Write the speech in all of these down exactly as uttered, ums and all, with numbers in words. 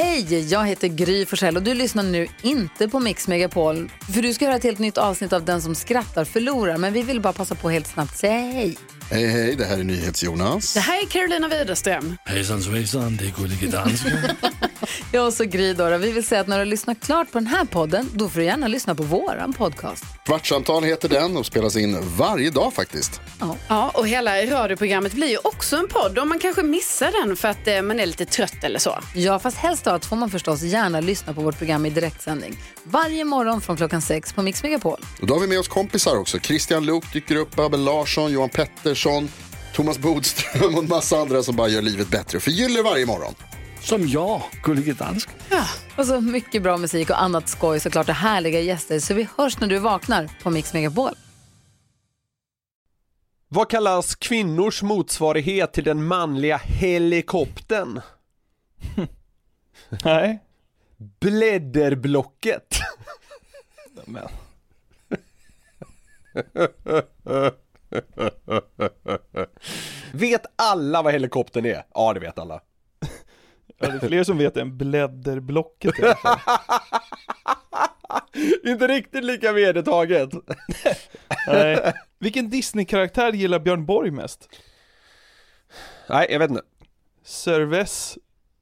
Hej, jag heter Gry Forssell och du lyssnar nu inte på Mix Megapol. För du ska höra ett helt nytt avsnitt av Den som skrattar förlorar. Men vi vill bara passa på helt snabbt säga hej. Hej, hej, det här är NyhetsJonas. Det här är Carolina Widerström. Hejsan svejsan, det är Gullige Dansken. Jag och så Gry då. Vi vill säga att när du har lyssnat klart på den här podden, då får du gärna lyssna på våran podcast. Kvartsamtal heter den och spelas in varje dag faktiskt. Ja, ja och hela radioprogrammet blir ju också en podd. Och man kanske missar den för att eh, man är lite trött eller så. Ja, fast helst då att får man förstås gärna lyssna på vårt program i direktsändning. Varje morgon från klockan sex på Mix Megapol. Och då har vi med oss kompisar också. Christian Luuk dyker upp, Abel Larsson, Johan Pettersson, Thomas Bodström och en massa andra som bara gör livet bättre och förgyller varje morgon. Som jag, Gullige Dansken. Ja, och så mycket bra musik och annat skoj, såklart, och härliga gäster. Så vi hörs när du vaknar på Mix Megapol. Vad kallas kvinnors motsvarighet till den manliga helikoptern? Nej. Blädderblocket. Men. Vet alla vad helikoptern är? Ja, det vet alla. Ja, det är fler som vet än blädderblocket i alla fall. Inte riktigt lika vedertaget. Nej. Vilken Disney-karaktär gillar Björn Borg mest? Nej, jag vet inte. Cervez.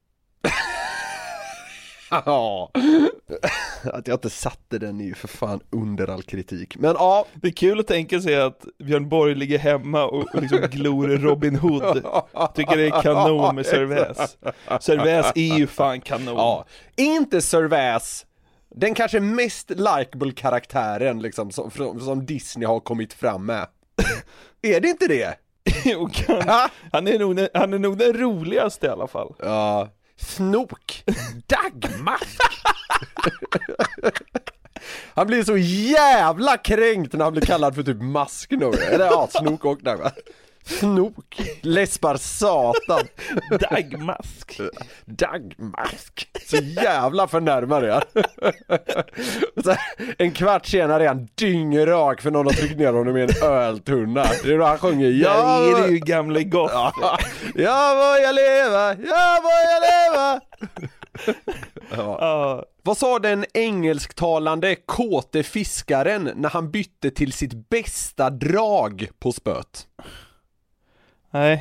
Ja. Att jag inte satte den är ju för fan under all kritik. Men ja, det är kul att tänka sig att Björn Borg ligger hemma och, och liksom glor Robin Hood. Tycker det är kanon med Cervez. Cervez är ju fan kanon. Ja, inte Cervez. Den kanske mest likable karaktären liksom, som, som Disney har kommit fram med. Är det inte det? han, han, är nog, han är nog den roligaste i alla fall. Ja. Snok. Dagmar. Han blir så jävla kränkt när han blir kallad för typ mask nu. Eller ja, Snok och Dagmar. Snok. Läspar satan. Dagmask. Dagmask. Så jävla förnärmar jag. Så en kvart senare är han dyngrak för någon har tryckt ner honom i en öltunna. Det är då han sjunger. Ja, det är ju gamla gott. Ja, jag börjar leva. Jag börjar leva. Ja. Uh. Vad sa den engelsktalande kåte fiskaren när han bytte till sitt bästa drag på spöt? Nej.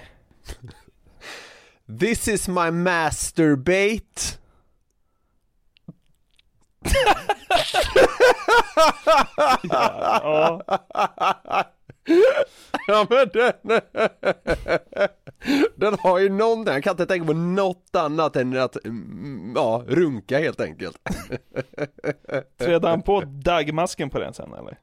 This is my masturbate. Ja, ja, men den, den har ju någonting. Jag kan inte tänka på något annat än att ja, runka helt enkelt. Trädde han på dagmasken på den sen eller?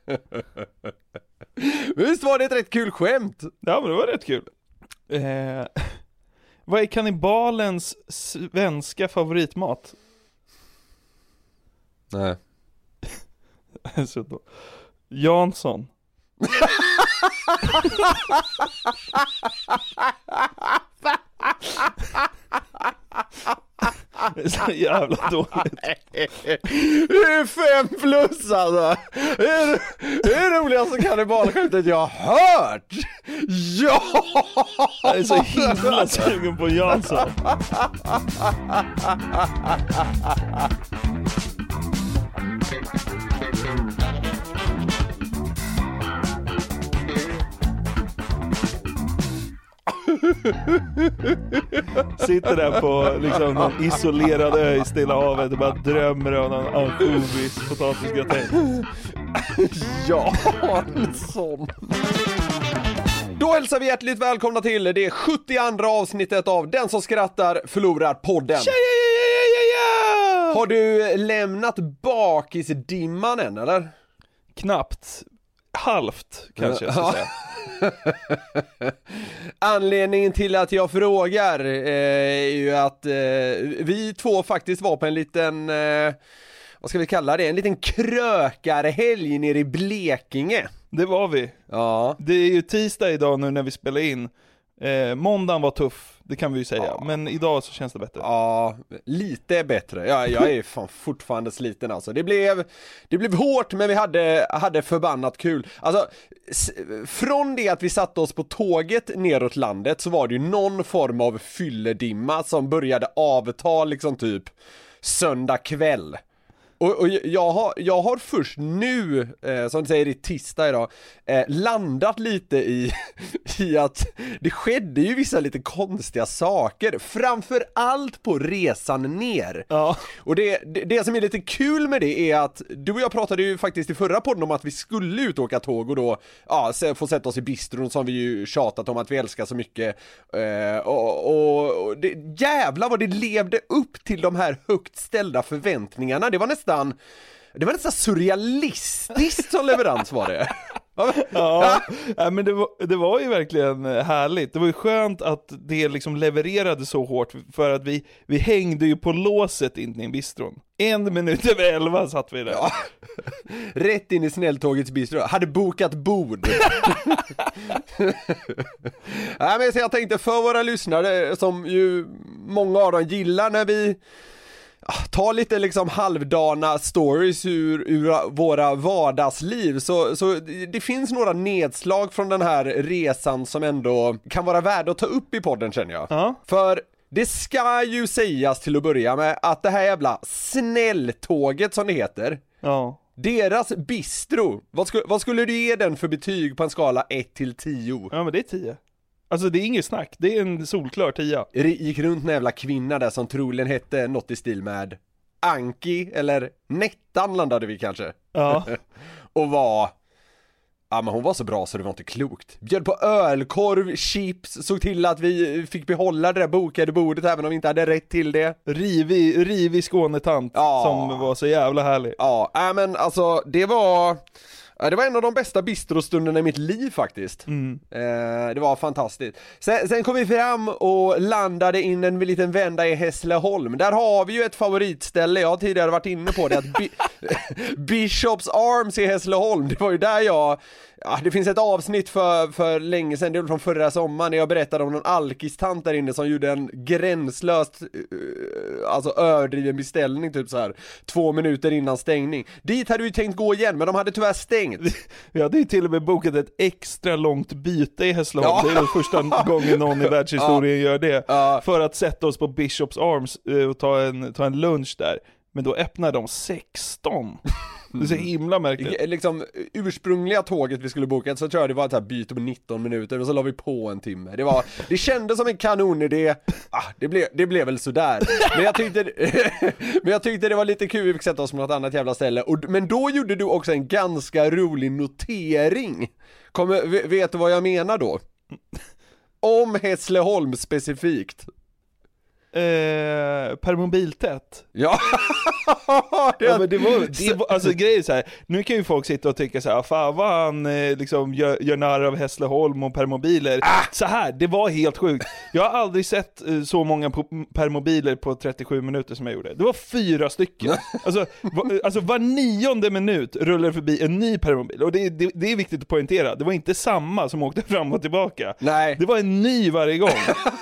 Visst var det ett rätt kul skämt? Ja, men det var rätt kul. Eh, vad är kannibalens svenska favoritmat? Nej. Så då. Jansson. Det är så jävla dåligt. Det är fem plus alltså. Det är det är roligaste kannibalskämtet jag har hört. Ja! Jag är så himla sugen på Jansson. Sitter där på liksom någon isolerad ö i Stilla havet och bara drömmer om någon ansjovis potatisgratäng. Ja, en sån. Då hälsar vi hjärtligt välkomna till det sjuttioandra avsnittet av Den som skrattar förlorar podden. Ja, ja, ja, ja, ja. Har du lämnat bakisdimman än, eller? Knappt. Halvt, kanske jag ska säga. Anledningen till att jag frågar eh, är ju att eh, vi två faktiskt var på en liten, eh, vad ska vi kalla det, en liten krökarhelg nere i Blekinge. Det var vi. Ja. Det är ju tisdag idag nu när vi spelar in. Eh, måndagen var tuff, det kan vi ju säga. Ja. Men idag så känns det bättre. Ja, lite bättre. Ja, jag är fan fortfarande sliten alltså. Det blev, det blev hårt, men vi hade, hade förbannat kul. Alltså, s- från det att vi satte oss på tåget neråt landet så var det ju någon form av fylledimma som började avta liksom typ söndag kväll. Och, och jag, har, jag har först nu, eh, som du säger, i tisdag idag, eh, landat lite i, i att det skedde ju vissa lite konstiga saker, framför allt på resan ner. Ja. Och det, det, det som är lite kul med det är att du och jag pratade ju faktiskt i förra podden om att vi skulle ut och åka tåg och då ja, få sätta oss i bistron som vi ju tjatat om att vi älskar så mycket. Eh, och och, och det, jävlar vad det levde upp till de här högt ställda förväntningarna. Det var nästan Det var nästan surrealistiskt som leverans var det. Ja, ja, men det var, det var ju verkligen härligt. Det var ju skönt att det liksom levererade så hårt, för att vi, vi hängde ju på låset in i bistron. En minut över elva satt vi där. Ja. Rätt in i snälltågets bistro. Hade bokat bord. Nej, men så jag tänkte för våra lyssnare, som ju många av dem gillar när vi ta lite liksom halvdana stories ur, ur våra vardagsliv, så, så det finns några nedslag från den här resan som ändå kan vara värda att ta upp i podden, känner jag. Ja. För det ska ju sägas till att börja med att det här jävla snälltåget som det heter, Ja. deras bistro, vad, sku, vad skulle du ge den för betyg på en skala ett till tio? Ja, men det är tio. Alltså det är inget snack, det är en solklar tia. Det gick runt en jävla kvinna där som troligen hette något i stil med Anki, eller Nettan landade vi kanske. Ja. Och var, ja men hon var så bra så det var inte klokt. Bjöd på ölkorv, chips, såg till att vi fick behålla det där bokade bordet även om vi inte hade rätt till det. Rivig, rivig Skånetant Ja. som var så jävla härlig. Ja, äh, men alltså det var... Ja, det var en av de bästa bistrostunderna i mitt liv faktiskt. Mm. eh, Det var fantastiskt. Sen, sen kom vi fram och landade in en liten vända i Hässleholm. Där har vi ju ett favoritställe, jag har tidigare varit inne på det, att Bi- Bishops Arms i Hässleholm. Det var ju där jag... Ja, det finns ett avsnitt för, för länge sedan, det var från förra sommaren, när jag berättade om någon alkistant där inne som gjorde en gränslöst uh, alltså överdriven beställning typ så här två minuter innan stängning. Dit hade vi tänkt gå igen, men de hade tyvärr stängt. Vi hade ju till och med bokat ett extra långt byte i Hässleholm. Ja. Det är den första gången någon i världshistorien Ja. gör det. Ja. För att sätta oss på Bishops Arms uh, och ta en, ta en lunch där. Men då öppnar de sexton. Det är så himla märkligt. Liksom ursprungliga tåget vi skulle boka, så tror jag det var ett här byte på nitton minuter, och så la vi på en timme. Det var, det kändes som en kanonidé. Ah, det blev det blev väl sådär. Men jag tyckte men jag tyckte det var lite kul, vi fick sätta oss på något annat jävla ställe. Och, men då gjorde du också en ganska rolig notering. Kommer, vet du vad jag menar då? Om Hässleholm specifikt. Eh, permobiltätt. Ja. det, Ja, men det var, det var, alltså grejer så här. Nu kan ju folk sitta och tycka så här, fan vad han eh, liksom gör, gör narr av Hässleholm och permobiler. Ah! Så här, det var helt sjukt. Jag har aldrig sett eh, så många po- permobiler på trettiosju minuter som jag gjorde. Det var fyra stycken. Alltså, va, alltså var nionde minut rullar förbi en ny permobil. Och det, det, det är viktigt att poängtera. Det var inte samma som åkte fram och tillbaka. Nej. Det var en ny varje gång.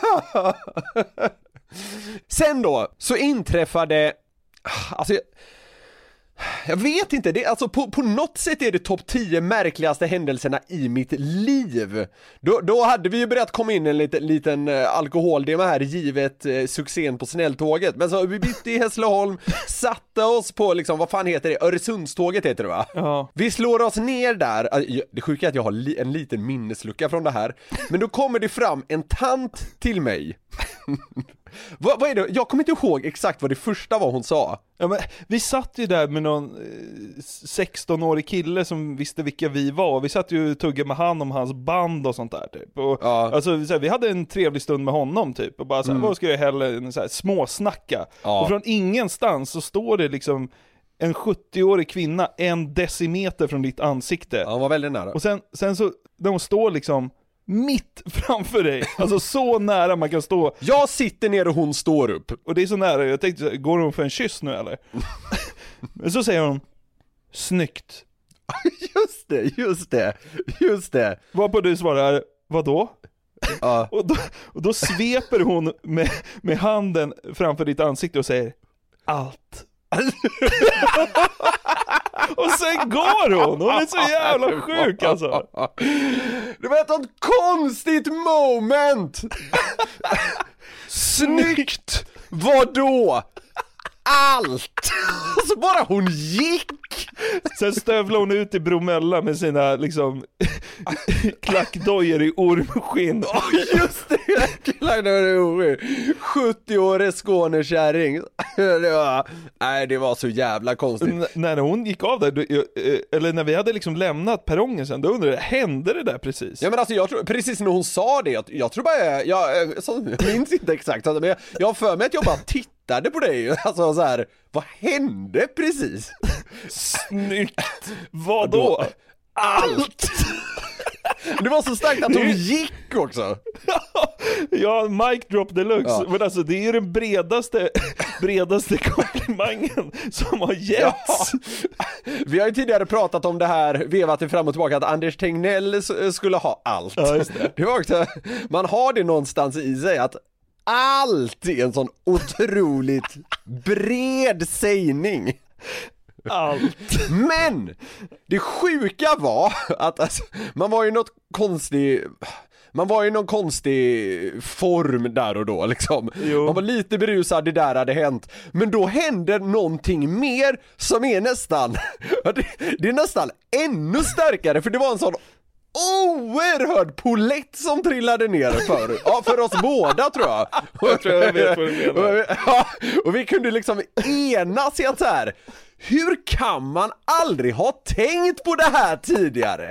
Sen då, så inträffade, alltså jag, jag vet inte, det, alltså på, på något sätt är det topp tio märkligaste händelserna i mitt liv. Då, då hade vi ju börjat komma in en liten, liten uh, alkoholdema här, givet uh, succén på snälltåget. Men så vi bytte i Hässleholm, satte oss på liksom, vad fan heter det, Öresundståget heter det va? Ja. Vi slår oss ner där. Det sjuka är att jag har li- en liten minneslucka från det här. Men då kommer det fram en tant till mig. vad, vad är det? Jag kommer inte ihåg exakt vad det första var hon sa. Ja, men vi satt ju där med någon eh, sexton-årig kille som visste vilka vi var. Vi satt ju och tuggade med han om hans band och sånt där typ. Och, Ja. alltså, så här, vi hade en trevlig stund med honom typ. Och bara så här, Mm. vad ska jag hellre så här, småsnacka. Ja. Och från ingenstans så står det liksom en sjuttio-årig kvinna en decimeter från ditt ansikte. Ja, hon var väldigt nära. Och sen, sen så, när hon står liksom mitt framför dig, alltså så nära man kan stå. Jag sitter ner och hon står upp. Och det är så nära, jag tänkte, går hon för en kyss nu eller? Men så säger hon, snyggt. Just det, just det, just det. Varpå du svarar, vadå? Ja. Och, då, och då sveper hon med, med handen framför ditt ansikte och säger allt. Och sen går hon. Hon är så jävla sjuk alltså. Det var ett sånt konstigt moment. Snyggt. Vadå? Allt. Och så bara hon gick. Sen stövlar hon ut i Bromölla med sina liksom klackdojor i ormskinn. Oh, just det, klackdojor i ormskinn. sjuttio-årig Skånekärring. Det var, nej, det var så jävla konstigt. N- när hon gick av där, då, eller när vi hade liksom lämnat perrongen sen, då undrade jag, hände det där precis? Ja men alltså jag tror, precis när hon sa det, jag, jag tror bara, jag, så, jag minns inte exakt, men jag, jag har för mig att jag bara tittade på dig, alltså så här, vad hände precis? Snyggt! Vadå? Allt! Det var så starkt att hon gick också. Ja, mic drop deluxe. Ja. Men alltså det är ju den bredaste bredaste komplimangen som har getts. Ja. Vi har ju tidigare pratat om det här, vevat det fram och tillbaka, att Anders Tegnell skulle ha allt. Ja, just det. Det var också, man har det någonstans i sig att allt är en sån otroligt bred sägning. Allt. Men det sjuka var att alltså, man var ju något konstig man var i någon konstig form där och då liksom. Jo. Man var lite berusad, det där hade hänt. Men då hände någonting mer som är nästan det, det är nästan ännu starkare, för det var en sån oerhörd polett som trillade ner för, ja, för oss båda tror jag. Jag tror jag vet vad du menar. Ja, och vi kunde liksom enas i att så här, hur kan man aldrig ha tänkt på det här tidigare?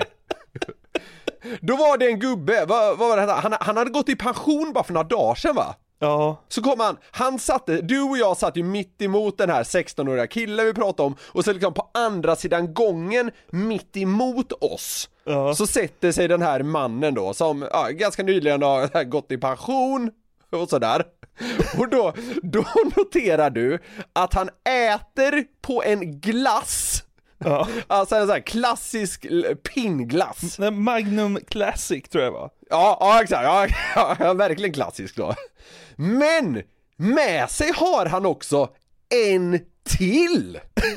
Då var det en gubbe, vad, vad var det här? Han, han hade gått i pension bara för några dagar sedan, va? Ja. Så kom han, han satte, du och jag satt ju mitt emot den här sexton-åriga killen vi pratade om, och så liksom på andra sidan gången mitt emot oss. Ja. Så sätter sig den här mannen då, som ja, ganska nyligen har gått i pension och sådär. Och då, då noterar du att han äter på en glass. Ja. Alltså en sån här klassisk pinnglass. Magnum Classic tror jag var. Ja, ja exakt, ja, ja, verkligen klassisk då. Men med sig har han också en till.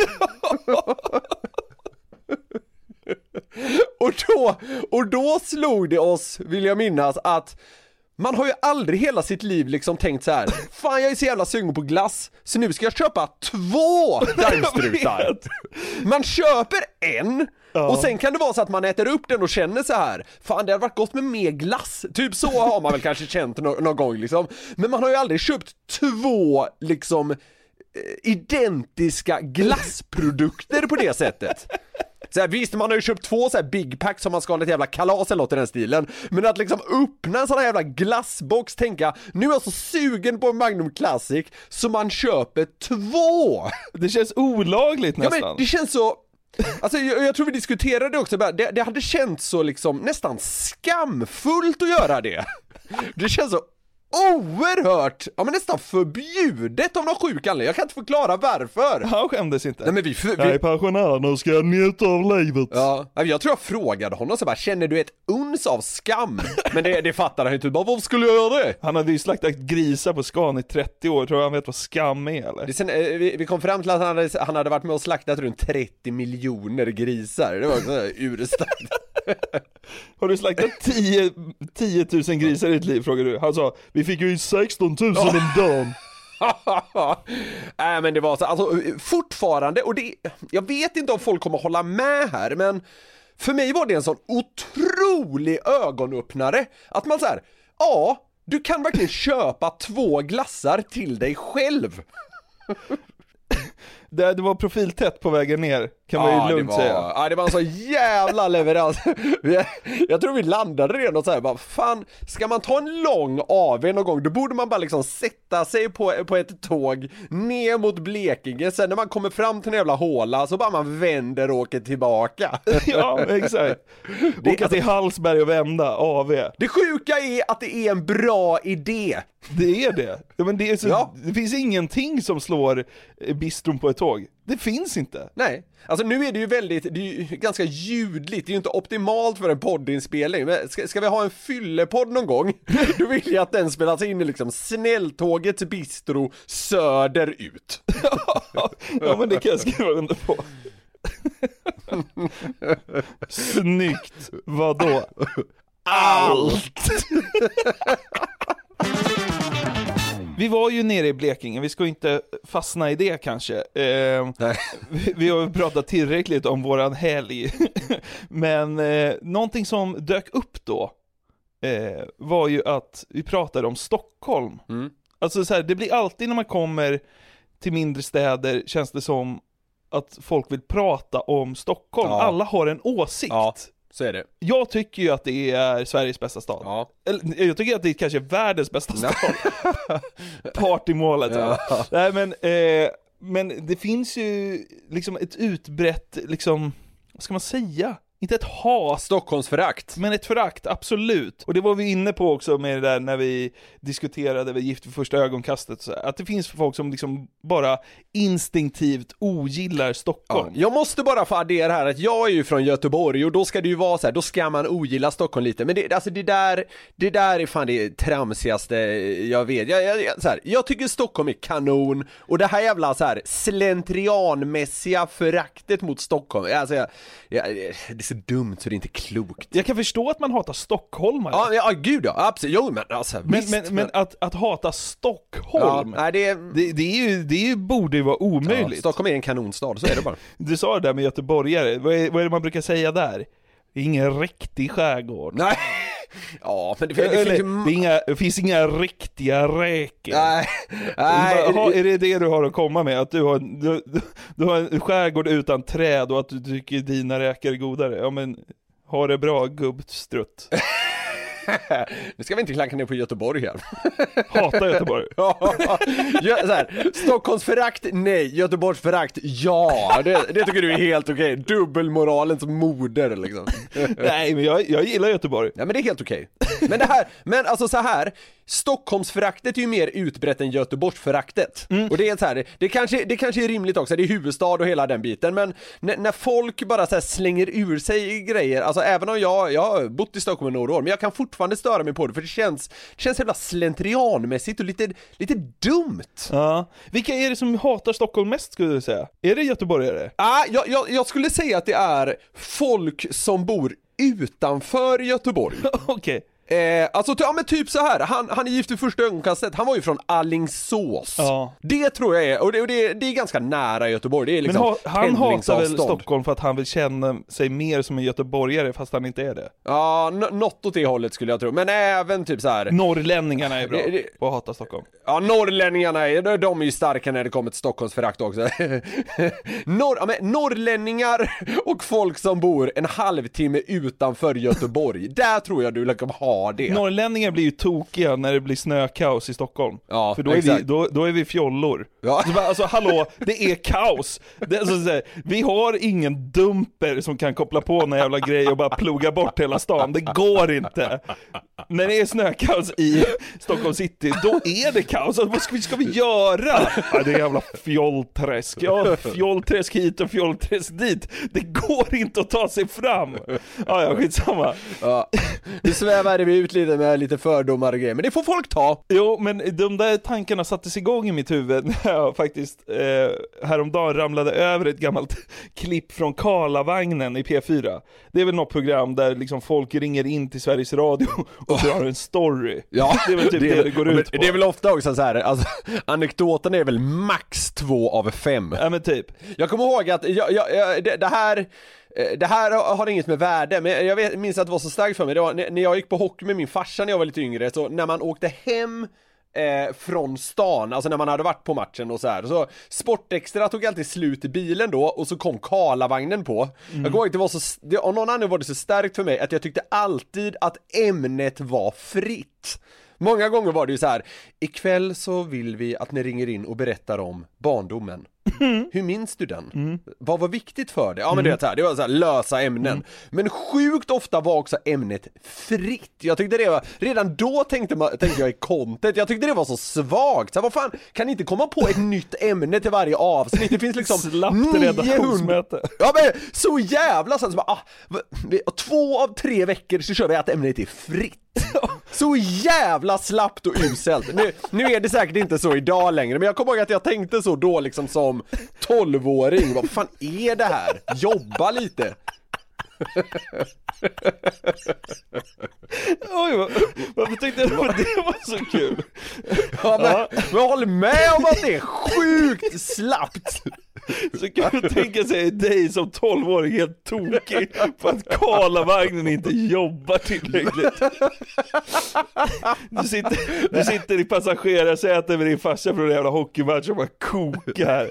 och, då, och då slog det oss, vill jag minnas, att man har ju aldrig hela sitt liv liksom tänkt så här: fan, jag är så jävla sugen på glass, så nu ska jag köpa två daimstrutar. Man köper en, ja. Och sen kan det vara så att man äter upp den och känner så här: fan, det hade varit gott med mer glass. Typ så har man väl kanske känt no- någon gång liksom. Men man har ju aldrig köpt två liksom identiska glassprodukter på det sättet. Så här, visst, man har ju köpt två så här big pack som man ska ha ett jävla kalas eller något i den stilen. Men att liksom öppna en sån här jävla glassbox, tänka, nu är jag så sugen på en Magnum Classic, så man köper två. Det känns olagligt nästan. Ja, men det känns så. Alltså jag, jag tror vi diskuterade också, det, det hade känts så liksom nästan skamfullt att göra det. Det känns så oerhört, ja men nästan förbjudet av någon sjuk anledning. Jag kan inte förklara varför. Han skämdes inte. Nej, men vi, vi, jag är pensionär, nu ska jag njuta av livet. Ja, jag tror jag frågade honom så bara, känner du ett uns av skam? Men det, det fattar han inte. Bara, varför skulle jag göra det? Han hade ju slaktat grisar på Scan i trettio år. Tror jag han vet vad skam är, eller? Det sen, eh, vi, vi kom fram till att han hade, han hade varit med och slaktat runt trettio miljoner grisar. Det var så här urstarkt. Har du slaktat tio tusen grisar i ditt liv, frågar du? Han sa, vi fick ju sexton tusen om dagen. Nej, men det var så, alltså fortfarande, och det, jag vet inte om folk kommer hålla med här, men för mig var det en sån otrolig ögonöppnare att man så här, ja, du kan verkligen köpa två glassar till dig själv. Det, det var profiltätt på vägen ner, kan man ja, ju lugnt det var, säga. Ja, det var en så jävla leverans. Jag tror vi landade redan och så här, bara, fan, ska man ta en lång A V någon gång, då borde man bara liksom sätta sig på, på ett tåg ner mot Blekinge. Sen när man kommer fram till en jävla håla så bara man vänder och åker tillbaka. Ja, exakt. Åka till Hallsberg och vända, A V. Det sjuka är att det är en bra idé. Det är det. Ja, men det, är så, Ja. det finns ingenting som slår bistron på ett tåg. Det finns inte. Nej, alltså nu är det ju väldigt, det är ju ganska ljudligt, det är ju inte optimalt för en poddinspelning, men ska, ska vi ha en fyllepodd någon gång, då vill jag att den spelas in i liksom Snälltågets bistro söderut. Ja, men det kan jag skriva under på. Snyggt. Vadå? Allt. Vi var ju nere i Blekinge, vi ska inte fastna i det kanske. Eh, vi, vi har pratat tillräckligt om våran helg. Men eh, någonting som dök upp då eh, var ju att vi pratade om Stockholm. Mm. Alltså så här, det blir alltid när man kommer till mindre städer, känns det som att folk vill prata om Stockholm. Ja. Alla har en åsikt. Ja, så är det. Jag tycker ju att det är Sveriges bästa stad. Ja. Eller, jag tycker att det är kanske världens bästa stad. Partymålet. Ja. Ja. Nej, men, eh, men det finns ju liksom ett utbrett, liksom, vad ska man säga? Inte ett hat, Stockholmsförakt. men ett förakt, absolut. Och det var vi inne på också med det där när vi diskuterade vid Gift vid första ögonkastet. Så att det finns folk som liksom bara instinktivt ogillar Stockholm. Ja, jag måste bara få addera här att jag är ju från Göteborg och då ska det ju vara så här, då ska man ogilla Stockholm lite. Men det, alltså det där, det där är fan det tramsigaste jag vet. Jag, jag, jag, så här, jag tycker Stockholm är kanon och det här jävla så här slentrianmässiga föraktet mot Stockholm. Alltså jag, jag, det är så dumt så det är inte klokt. Jag kan förstå att man hatar stockholmare. Ja, ja gud ja, absolut. Jo, men alltså, Men, visst, men, men att, att hata Stockholm, ja, nej, det, är, det, det, är ju, det är ju, borde ju vara omöjligt. ja, Stockholm är en kanonstad, så är det bara. Du sa det där med göteborgare, vad är, vad är det man brukar säga där? Det är ingen riktig skärgård. Nej, ja, men det, det, Eller, finns ju... det, är inga, det finns inga riktiga räkor. Nej, nej. Aha, är det det du har att komma med? Att du har, du, du har en skärgård utan träd och att du tycker dina räkor är godare? Ja, men ha det bra, gubbstrutt. Nu ska vi inte klanka ner på Göteborg här. Hata Göteborg. Ja, så här, Stockholmsförakt, nej. Göteborgsförakt, ja. Det, det tycker du är helt okej. Dubbelmoralens moder liksom. Nej, men jag, jag gillar Göteborg. Ja, men det är helt okej. Men det här, men alltså så här, Stockholmsföraktet är ju mer utbrett än Göteborgsföraktet. Mm. Och det är så här, det kanske, det kanske är rimligt också, det är huvudstad och hela den biten, men när, när folk bara så här slänger ur sig grejer, alltså även om jag, jag har bott i Stockholm i några år, men jag kan fortfarande störa mig på det, för det känns, det känns jävla slentrianmässigt och lite, lite dumt. Ja. Vilka är det som hatar Stockholm mest, skulle du säga? Är det göteborgare? Ah, jag, jag, jag skulle säga att det är folk som bor utanför Göteborg. Okej. Eh, alltså ja, men typ så här. Han, han är gift i första ögonkastet. Han var ju från Alingsås. Ja. Det tror jag är, och det, och det, det är ganska nära Göteborg. Det är liksom Men ha, han hatar väl pendlingsavstånd. Stockholm för att han vill känna sig mer som en göteborgare fast han inte är det. Ja, n- något åt det hållet skulle jag tro. Men även typ så här. Norrlänningarna är bra Det- det- på att hata Stockholm. Ja, norrlänningarna är, de är ju starka när det kommer till Stockholmsförakt också. Norr, ja, men norrlänningar och folk som bor en halvtimme utanför Göteborg. Där tror jag du liksom har det. Norrlänningar blir ju tokiga när det blir snökaos i Stockholm. Ja, för då är, vi, exakt. då, då är vi fjollor. Ja. Så bara, alltså hallå, det är kaos. Det, alltså, så här, vi har ingen dumper som kan koppla på en jävla grej och bara ploga bort hela stan. Det går inte. När det är snökaos i Stockholm city, då är det kaos. Alltså, vad ska vi, ska vi göra? Ja, det är jävla fjollträsk. Ja, fjollträsk hit och fjollträsk dit. Det går inte att ta sig fram. Ja, ja, skitsamma. Ja. Nu svävar vi ut lite med lite fördomar och grejer, men det får folk ta. Jo, men de där tankarna sattes igång i mitt huvud när jag faktiskt eh, häromdagen ramlade över ett gammalt klipp från Karlavagnen i P fyra. Det är väl något program där liksom folk ringer in till Sveriges Radio och drar en story. Ja, det är väl typ det det, det går men ut på. Det är väl ofta också så här, alltså, anekdoten är väl max två av fem. Ja, men typ. Jag kommer ihåg att jag, jag, jag, det, det här det här har inget med värde, men jag vet, minns att det var så starkt för mig. Det var när jag gick på hockey med min farsa när jag var lite yngre, så när man åkte hem Eh, från stan, alltså när man hade varit på matchen och så här, så Sportextra tog alltid slut i bilen då, och så kom Karlavagnen på. Mm. Jag går inte, det var så, det, av någon anledning var det så starkt för mig att jag tyckte alltid att ämnet var fritt. Många gånger var det ju så här: ikväll så vill vi att ni ringer in och berättar om barndomen. Mm. Hur minns du den? Mm. Vad var viktigt för dig? Ja, men mm. det, här, det var så här lösa ämnen. Mm. Men sjukt ofta var också ämnet fritt. Jag tyckte det var, redan då tänkte, man, tänkte jag i content, jag tyckte det var så svagt. Så här, vad fan, kan ni inte komma på ett nytt ämne till varje avsnitt? Det finns liksom niohundra. Ja, men så jävla så, så bara, ah, två av tre veckor så kör vi att ämnet är fritt. Så jävla slappt och uselt. Nu, nu är det säkert inte så idag längre, men jag kommer ihåg att jag tänkte så då liksom som tolvåring. Vad fan är det här? Jobba lite. Oj, vad, varför tyckte jag att det var så kul? Ja, men, ja. men jag håller med om att det är sjukt slappt. Så kan du tänka sig dig som tolvåring helt tokig på att Karlavagnen inte jobbar tillräckligt. Du sitter, du sitter i passagerarsätet med din farsa från en jävla hockeymatch och bara kokar.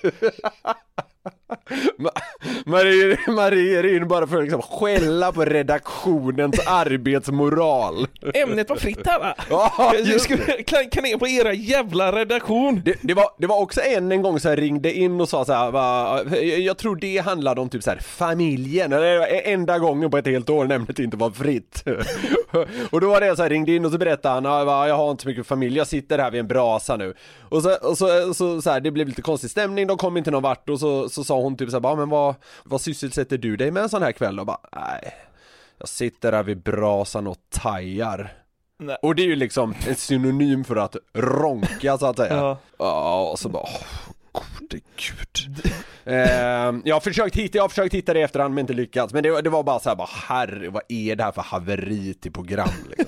Marie, Marie är in bara för att liksom skälla på redaktionens arbetsmoral. Ämnet var fritt här, va? Ja, jag ska klanka ner på era jävla redaktion. Det, det, var, det var också en, en gång så här ringde in och sa så här, va, jag, jag tror det handlade om typ så här familjen. Eller enda gången på ett helt år ämnet inte var fritt. Och då var det så här, ringde in och så berättade han, va, jag har inte så mycket familj, jag sitter här vid en brasa nu. Och så, och så, så, så här, det blev lite konstig stämning, de kom inte någon vart. Och så, så sa hon typ så här, men vad, vad sysselsätter du dig med en sån här kväll? Och bara, nej, jag sitter där vid brasan och tajar. Nej. Och det är ju liksom en synonym för att ronka, så att säga. Ja, ja och så bara, åh, gode gud. eh, jag har försökt hitta, jag har försökt hitta det i efterhand, men inte lyckats. Men det, det var bara så här, bara, herre, vad är det här för haveri till program liksom?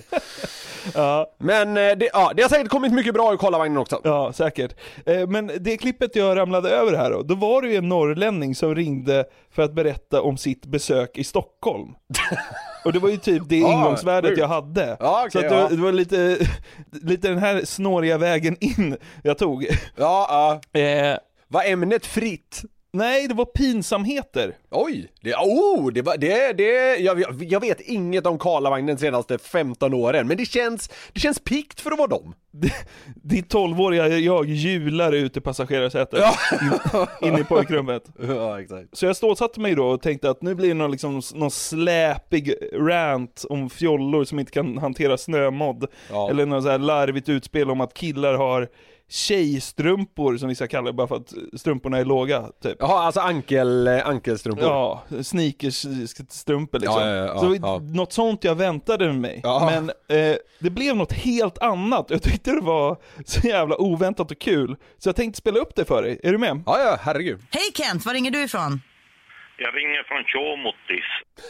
Ja. Men det, ja, det har säkert kommit mycket bra i Karlavagnen också. Ja, säkert. Men det klippet jag ramlade över här då, då var det ju en norrlänning som ringde för att berätta om sitt besök i Stockholm. Och det var ju typ det ingångsvärdet ah, jag hade. Ah, okay, så att det, ja. det var lite, lite den här snåriga vägen in jag tog. Ja, ja. Eh, var ämnet fritt? Nej, det var pinsamheter. Oj, det, oh, det var, det, det, jag, jag vet inget om Karlavagnen de senaste femton åren, men det känns, det känns pikt för att vara dem. Ditt tolvåriga jag jular ut i passagerarsätet, ja. in, in i pojkrummet. Ja, exakt. Så jag ståsatte mig då och tänkte att nu blir det någon, liksom, någon släpig rant om fjollor som inte kan hantera snömodd. Ja. Eller något så här larvigt utspel om att killar har tjejstrumpor, som vissa kallar det, bara för att strumporna är låga typ. Jaha, alltså ankel, ankelstrumpor. Ja, sneakers-strumpor liksom. Ja, ja, ja, så ja. Något sånt jag väntade med mig. Ja. Men eh, det blev något helt annat. Jag tyckte det var så jävla oväntat och kul. Så jag tänkte spela upp det för dig. Är du med? Ja, ja, herregud. Hej Kent, var ringer du ifrån? Jag ringer från Tjåmottis.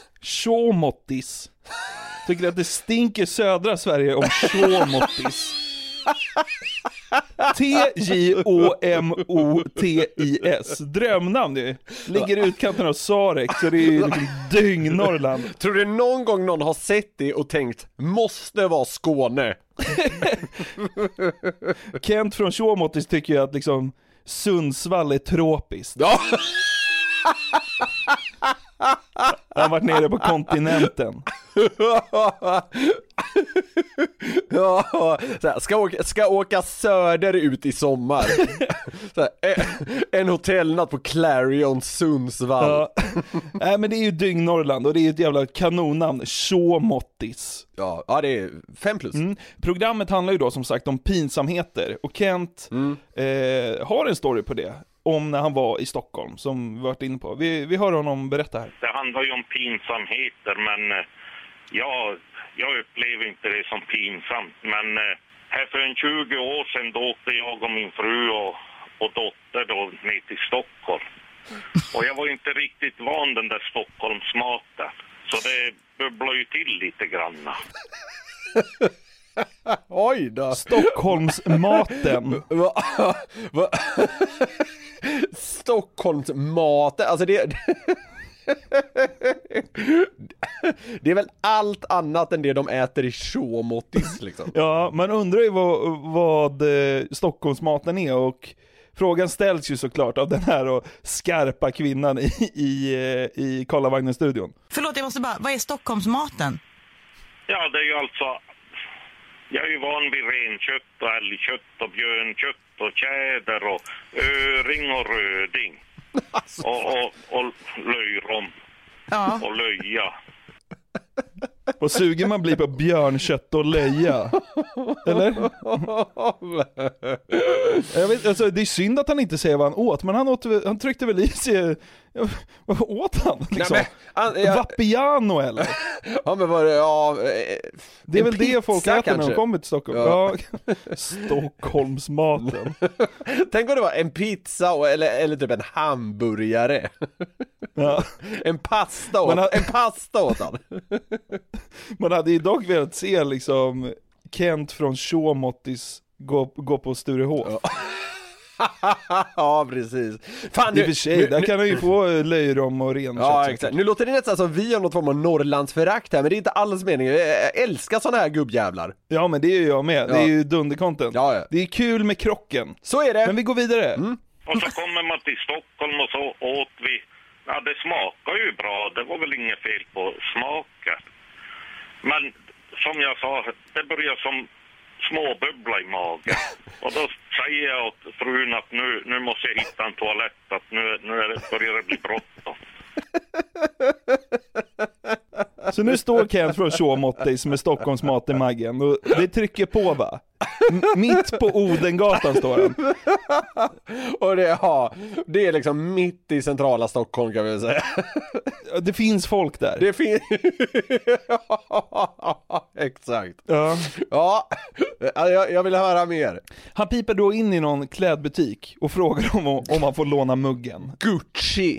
Tjåmottis. Tycker att det stinker södra Sverige om Tjåmottis. T J O M O T I S. Drömnamn ju. Ligger i utkanten av Sarek, så det är ju liksom dyng Norrland. Tror du någon gång någon har sett det och tänkt, måste vara Skåne? Kent från Tjåmottis tycker ju att liksom Sundsvall är tropiskt. Ja. Jag har varit nere på kontinenten. Ja, så här, ska, åka, ska åka söderut i sommar. Så här, en hotellnatt på Clarion Sundsvall. Ja. Nej, men det är ju dyng Norrland och det är ett jävla kanonnamn, Tjåmottis. Ja, ja, det är fem plus. Mm. Programmet handlar ju då som sagt om pinsamheter. Och Kent mm. eh, har en story på det, om när han var i Stockholm, som vi varit inne på. Vi, vi hör honom berätta här. Det handlar ju om pinsamheter, men eh, jag, jag upplever inte det som pinsamt. Men eh, här för en tjugo år sedan då åkte jag och min fru och, och dotter då ner till Stockholm. Och jag var inte riktigt van den där Stockholmsmaten. Så det bubblade ju till lite granna. Oj då. Stockholmsmaten. Stockholmsmaten, alltså det det är väl allt annat än det de äter i Tjåmottis liksom. Ja, man undrar ju vad, vad eh, Stockholmsmaten är, och frågan ställs ju såklart av den här och skarpa kvinnan i, i, i Karlavagnen-studion. Förlåt, jag måste bara, vad är Stockholmsmaten? Ja, det är ju alltså, jag är ju van vid renkött och älgkött och björnkött och tjäder och öring och röding. Alltså, och, och, och löjrom. Ja. Och löja. Och suger man blir på björnkött och löja. Eller? Jag vet, alltså, det är synd att han inte säger vad han åt, men han, åt, han tryckte väl i sig. Vad åt han? Liksom? Nej, men, an, jag... Vapiano eller? Ja, men vad det, ja, det är väl pizza, det folk äter kanske? när de kommer till Stockholm. Ja. Ja. Stockholmsmaten. Tänk om det var en pizza och, eller, eller typ en hamburgare. Ja. En pasta åt, har... en pasta åt han. Man hade ju dock velat se liksom Kent från Showmottis gå, gå på Sturehof. Ja. Ja, precis. Fan, i och för sig, nu, där nu, kan han ju få löjrom och ren. Ja, exakt. Nu låter det nästan som vi har något form av Norrlandsförakt här, men det är inte alls meningen. Jag älskar såna här gubbjävlar. Ja, men det är ju jag med. Ja. Det är ju dundercontent. Ja, ja. Det är kul med krocken. Så är det. Men vi går vidare. Mm. Och så kommer man till Stockholm och så åt vi. Ja, det smakar ju bra. Det var väl inget fel på smaken. Men som jag sa, det börjar som småbubbla i magen. Och då säger jag åt frun att nu, nu måste jag hitta en toalett. Att nu, nu är det, börjar det bli bråttom. Så nu står Kent från Showmottis med Stockholms mat i magen. Och det trycker på, va? M- mitt på Odengatan står han. Och det, ja, det är liksom mitt i centrala Stockholm, kan vi säga. Det finns folk där. Det finns. Exakt. Ja. Ja, jag, jag vill höra mer. Han piper då in i någon klädbutik och frågar om, om han får låna muggen. Gucci.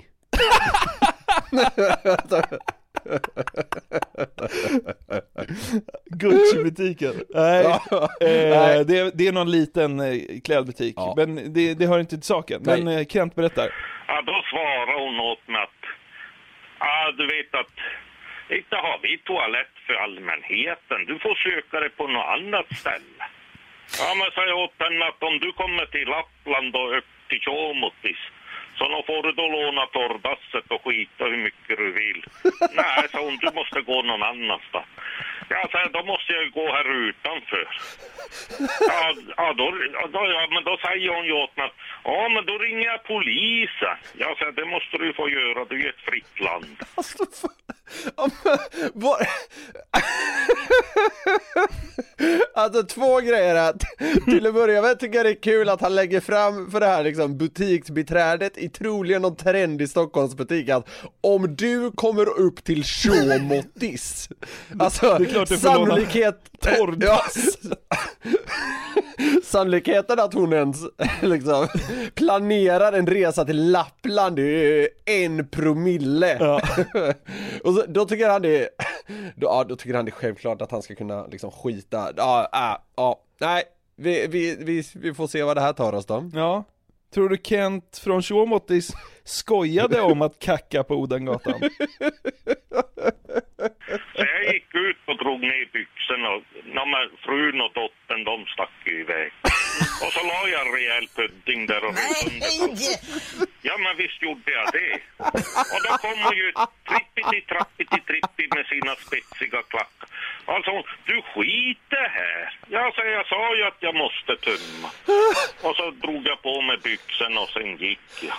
Gucci-butiken. Nej, Ja, eh, nej. Det, det är någon liten eh, klädbutik. Ja. Men det, det hör inte till saken. Nej. Men eh, Kent berättar. Ja, då svarar hon åt mig att ja, du vet att inte har vi toalett för allmänheten. Du får söka det på något annat ställe. Ja, men säg åt henne att om du kommer till Lappland och upp till Showmottis, så då får du då låna torrdasset och skita hur mycket du vill. Nej, så hon, du måste gå någon annanstans. Ja, så då måste jag gå här utanför. Ja, ja, då, då, ja, men då säger hon ju åt mig, ja, men då ringer jag polisen. Ja, så det måste du få göra, du är ett fritt land. Alltså, ja, men, var... alltså två grejer att till att börja med tycker jag det är kul att han lägger fram för det här liksom butiksbiträdet i troligen någon trendig Stockholmsbutik att om du kommer upp till Showmottis, alltså Det är klart du får sannolikhet torrdass. ja, sannolikheten att hon ens liksom planerar en resa till Lappland är ju en promille. Ja. Och så, då tycker han det då, ja, då tycker han det är självklart att han ska kunna liksom skita. Ja, ja, ja. Nej, vi, vi, vi, vi får se vad det här tar oss då. Ja. Tror du Kent från Showmottis skojade om att kacka på Odengatan? Så jag gick ut och drog ner byxorna och när frun och dottern, de stack ju iväg. Och så la jag en rejäl pudding där och under. Ja, men visst gjorde jag det. Och då kommer ju trippiti trappiti trippi med sina spetsiga klackar. Alltså, du skiter här. Ja, så jag sa ju att jag måste tumma. Och så drog jag på mig byxorna och sen gick jag.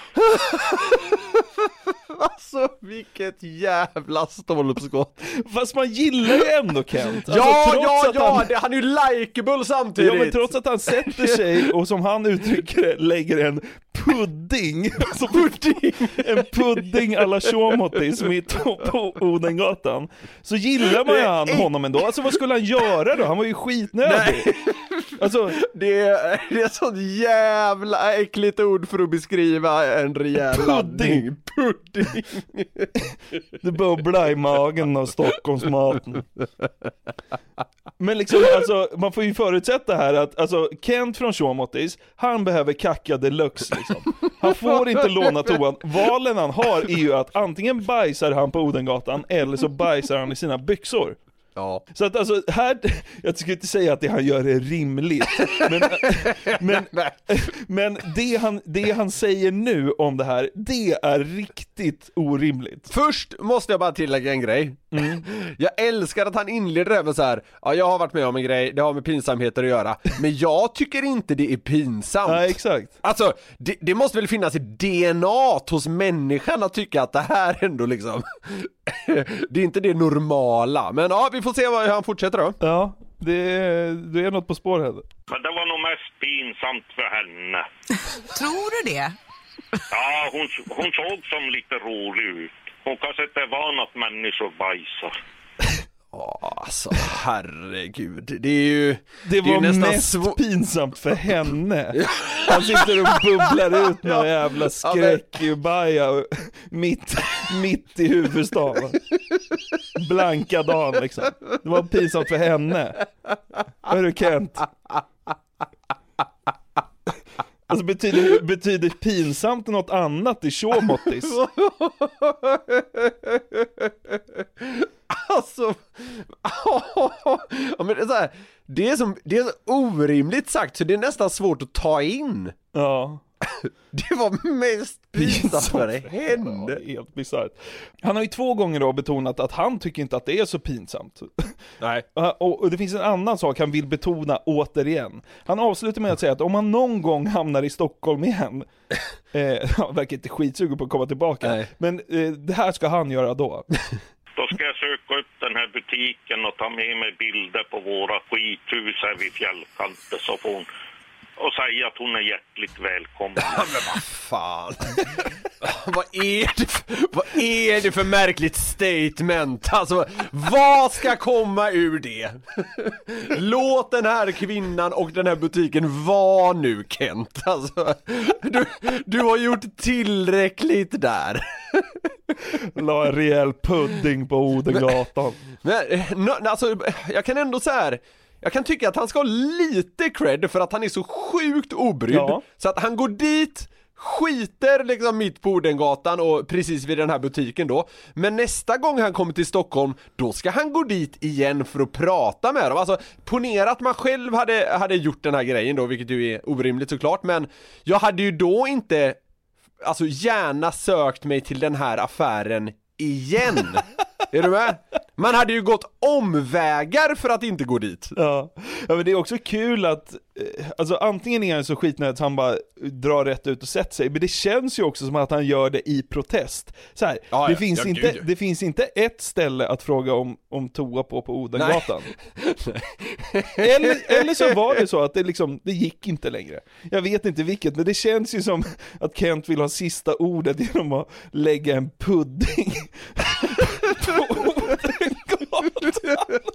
Alltså, vilket jävla stolpskott. Fast man gillar ju ändå Kent. Alltså, ja, trots ja, att ja, han... det, han är ju likeable samtidigt. Ja, men trots att han sätter sig och som han uttrycker det, lägger en pudding, alltså pudding. En pudding alla Showmottis mitt på Odengatan, så gillar man ju han honom ändå. Alltså vad skulle han göra då? Han var ju skitnödig. Alltså, det, är, det är ett sånt jävla äckligt ord för att beskriva en rejäl laddning. Pudding. Det bubblar i magen av Stockholmsmaten. Men liksom, alltså, man får ju förutsätta här att alltså, Kent från Showmottis, han behöver kacka deluxe liksom. Han får inte låna toan. Valen han har är ju att antingen bajsar han på Odengatan eller så bajsar han i sina byxor. Ja. Så att alltså, här, jag ska inte säga att det han gör är rimligt, men, men, men det, han, det han säger nu om det här, det är riktigt orimligt. Först måste jag bara tillägga en grej. Mm. Jag älskar att han inleder det med så här: ja, jag har varit med om en grej, det har med pinsamheter att göra, men jag tycker inte det är pinsamt. Ja, exakt. Alltså, det, det måste väl finnas i D N A hos människan att tycka att det här ändå liksom det är inte det normala. Men ja, vi får se vad han fortsätter då. Ja, det, det är något på spår här. Men det var nog mest pinsamt för henne. Tror du det? Ja, hon, hon såg som lite rolig ut. Hon kanske inte är van att människor bajsar. Åh, alltså herregud. Det är ju Det var det är mest svår... pinsamt för henne. Han sitter och bubblar ut några jävla skräckbaja mitt, mitt i huvudstaden. Blanka dagen liksom. Det var pinsamt för henne. Hörru Kent. Alltså betyder, betyder pinsamt något annat i Showmottis? Alltså ja, men det är så här, det är som det är så orimligt sagt så det är nästan svårt att ta in. Ja. Det var mest pinsamt för henne. Ja, helt bisarrt. Han har ju två gånger då betonat att han tycker inte att det är så pinsamt. Nej. Och, och det finns en annan sak han vill betona återigen. Han avslutar med att säga att om han någon gång hamnar i Stockholm igen, eh, han verkar inte skitsugen på att komma tillbaka. Nej. Men eh, det här ska han göra då. Då ska jag söka upp den här butiken och ta med mig bilder på våra skithus här vid fjällkanten så får hon och säga att hon är hjärtligt välkommen. Ja, men vad fan. vad, är det för, vad är det för märkligt statement? Alltså, vad ska komma ur det? Låt den här kvinnan och den här butiken vara nu, Kent. Alltså, du, du har gjort tillräckligt där. La en rejäl pudding på Odengatan. Men, men alltså, jag kan ändå så här... Jag kan tycka att han ska ha lite cred för att han är så sjukt obrydd. Ja. Så att han går dit, skiter liksom mitt på Odengatan och precis vid den här butiken då. Men nästa gång han kommer till Stockholm, då ska han gå dit igen för att prata med dem. Alltså, ponera att man själv hade, hade gjort den här grejen då, vilket ju är orimligt såklart. Men jag hade ju då inte, alltså gärna sökt mig till den här affären igen. Är du med? Man hade ju gått omvägar för att inte gå dit. Ja, ja men det är också kul att alltså antingen är han så skitnöjd att han bara drar rätt ut och sätter sig, men det känns ju också som att han gör det i protest. Så här, ja, det, ja, finns ja, inte, det finns inte ett ställe att fråga om, om toa på på Odengatan. eller, eller så var det så att det, liksom, det gick inte längre. Jag vet inte vilket, men det känns ju som att Kent vill ha sista ordet genom att lägga en pudding på Odengatan.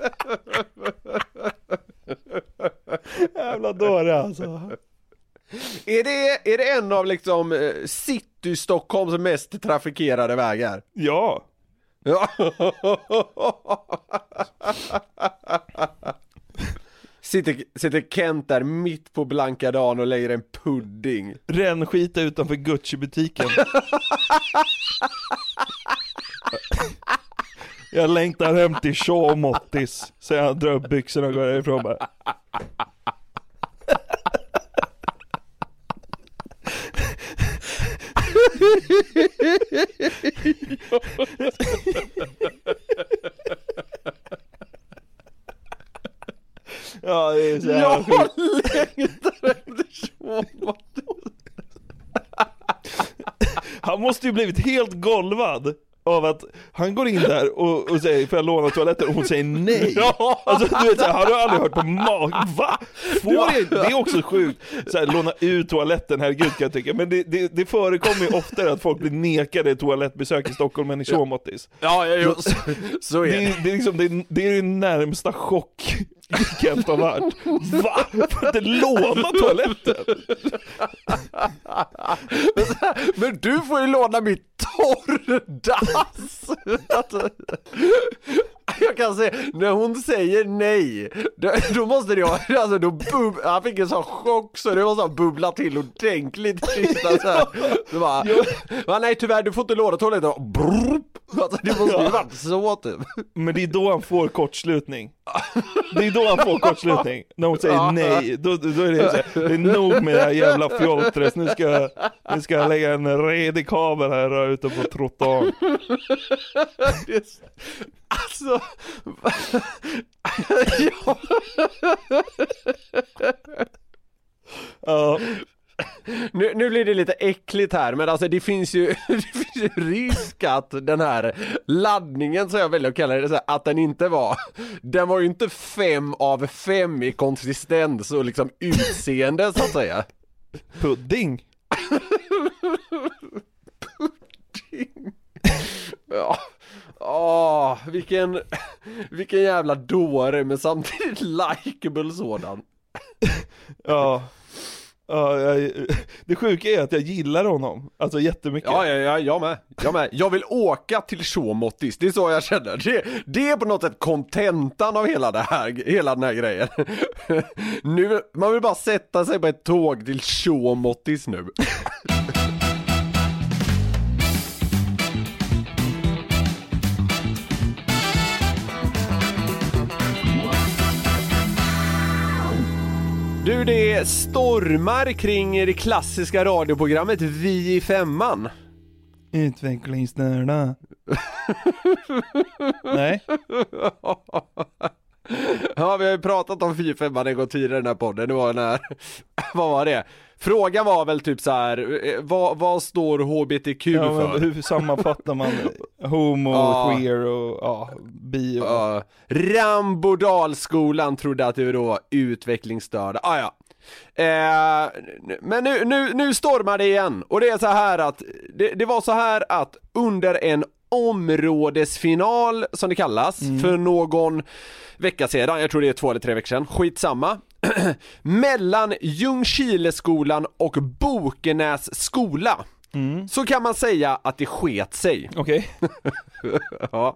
Jävla dåre alltså. Är det, är det en av liksom city Stockholms mest trafikerade vägar? Ja. Ja. Sitter, sitter Kent där mitt på blanka dagen och lägger en pudding. Rännskita utanför Gucci-butiken. Jag längtar hem till Showmottis. Så jag drar upp byxorna och går därifrån bara. Ja, det är så här. Jag längtar efter Showmottis. Han måste ju blivit helt golvad av att han går in där och, och säger, får jag låna toaletten? Och hon säger nej. Ja. Alltså du vet så här, har du aldrig hört på mag? Va? Får ja. jag? Det är också sjukt. Så här, låna ut toaletten, herregud kan jag tycka. Men det, det, det förekommer ju oftare att folk blir nekade toalettbesök i Stockholm än i Showmottis. Ja, ja, ja. Så, så är det. Det, det, är liksom, det, det är den närmsta chock Kent har varit. Va? Får inte låna toaletten? men, men du får ju låna mitt torrdass. Jag kan säga, när hon säger nej, då, då måste det ha, alltså då bub, han fick en sån chock så det måste ha bubblat till ordentligt. Så här. Så bara, ja. Nej tyvärr, du får inte låna toaletten. Brrp. Alltså det måste ju varit så typ. Men det är då han får kortslutning. Det är då han får kortslutning. När hon säger nej, då, då är det så här, det är nog med det här jävla fjoltres. Nu ska, nu ska jag lägga en redig kabel här ute på trottoaren. Alltså ja. Ja. Nu, nu blir det lite äckligt här, men alltså det finns ju, det finns ju risk att den här laddningen, så jag väljer att kalla det så här, att den inte var, den var ju inte fem av fem i konsistens och liksom utseende så att säga. Pudding. Pudding. Ja. Åh, vilken, vilken jävla dåre, men samtidigt likeable sådan. Ja. Ja, jag, det sjuka är att jag gillar honom. Alltså jättemycket. Ja, ja, ja, jag med. Jag med. Jag vill åka till Showmottis. Det är så jag känner. Det, det är på något sätt kontentan av hela det här, hela den här grejen. Nu, man vill bara sätta sig på ett tåg till Showmottis nu. Du, det stormar kring det klassiska radioprogrammet Vi i femman. Utvecklingsstörda. Nej. Ja, vi har ju pratat om Vi i femman en gång tidigare i den här podden. Det var när, vad var det? Frågan var väl typ så här, vad, vad står H B T Q ja, för? Hur sammanfattar man homo, ja. queer och ja, bi och... Ja. Rambodalskolan trodde att det var utvecklingsstörda. Ah, ja. Eh, men nu, nu, nu stormar det igen. Och det är så här att det, det var så här att under en områdesfinal som det kallas mm. för någon vecka sedan, jag tror det är två eller tre veckor sedan, skitsamma, mellan Ljungskileskolan och Bokenäs skola mm. så kan man säga att det sket sig. Okej. Okay. Ja.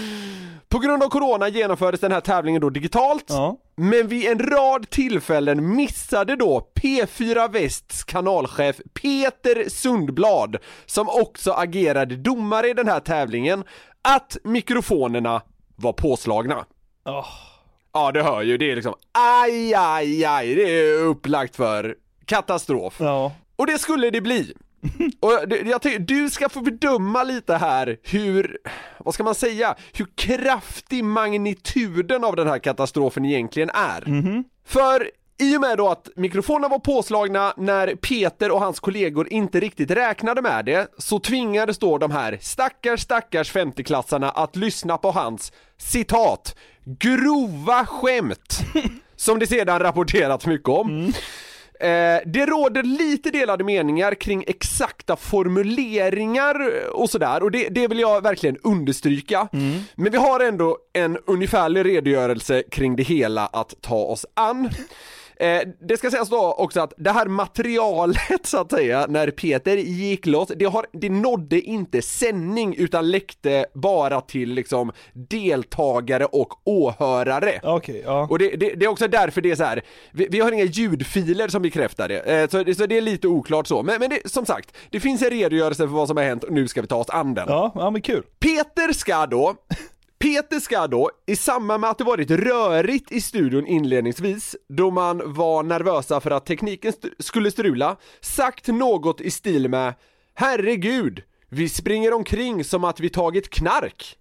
På grund av corona genomfördes den här tävlingen då digitalt, ja. Men vid en rad tillfällen missade då P fyra Västs kanalchef Peter Sundblad, som också agerade domare i den här tävlingen, att mikrofonerna var påslagna. Oh. Ja, det hör ju, det är liksom aj, aj, aj, det är upplagt för katastrof. Ja. Och det skulle det bli. Och jag tycker du ska få bedöma lite här hur, vad ska man säga, hur kraftig magnituden av den här katastrofen egentligen är. Mm-hmm. För i och med då att mikrofonerna var påslagna när Peter och hans kollegor inte riktigt räknade med det, så tvingades då de här stackars stackars femteklassarna att lyssna på hans, citat, grova skämt som det sedan rapporterats mycket om. Mm. Eh, det råder lite delade meningar kring exakta formuleringar och sådär, och det, det vill jag verkligen understryka. Mm. Men vi har ändå en ungefärlig redogörelse kring det hela att ta oss an. Eh, det ska sägas då också att det här materialet så att säga, när Peter gick loss, det, har, det nådde inte sändning utan läckte bara till liksom deltagare och åhörare. Okay, ja. Och det, det, det är också därför det är så här, vi, vi har inga ljudfiler som bekräftar det, eh, så, det så det är lite oklart så. Men, men det, som sagt, det finns en redogörelse för vad som har hänt och nu ska vi ta oss an den. Ja, ja men kul. Peter ska då Peter ska då, i samband med att det varit rörigt i studion inledningsvis, då man var nervösa för att tekniken st- skulle strula, sagt något i stil med: herregud, vi springer omkring som att vi tagit knark.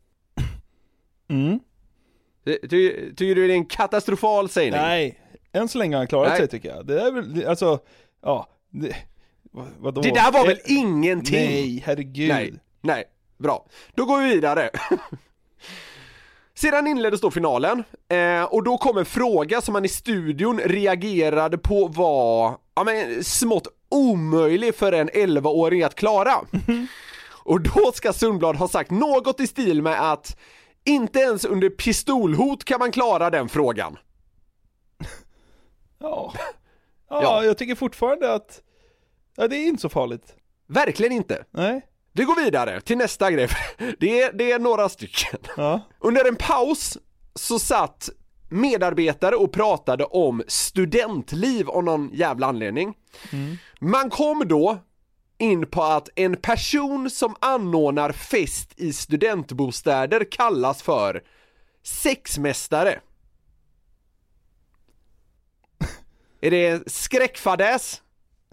Mm. Ty- ty- tycker du det är en katastrofal sägning? Nej, än så länge har han klarat Nej. sig tycker jag. Det är väl, alltså, ja. Det, vadå? Det där var väl ingenting? Nej, herregud. Nej, nej, bra. Då går vi vidare. Sedan inleddes då finalen eh, och då kom en fråga som man i studion reagerade på var ja, men, smått omöjlig för en elvaåring att klara. Mm. Och då ska Sundblad ha sagt något i stil med att inte ens under pistolhot kan man klara den frågan. Ja, ja, ja. Jag tycker fortfarande att ja, det är inte så farligt. Verkligen inte. Nej. Vi går vidare till nästa grej. Det är, det är några stycken. Ja. Under en paus så satt medarbetare och pratade om studentliv av någon jävla anledning. Mm. Man kom då in på att en person som anordnar fest i studentbostäder kallas för sexmästare. Är det skräckfadäs?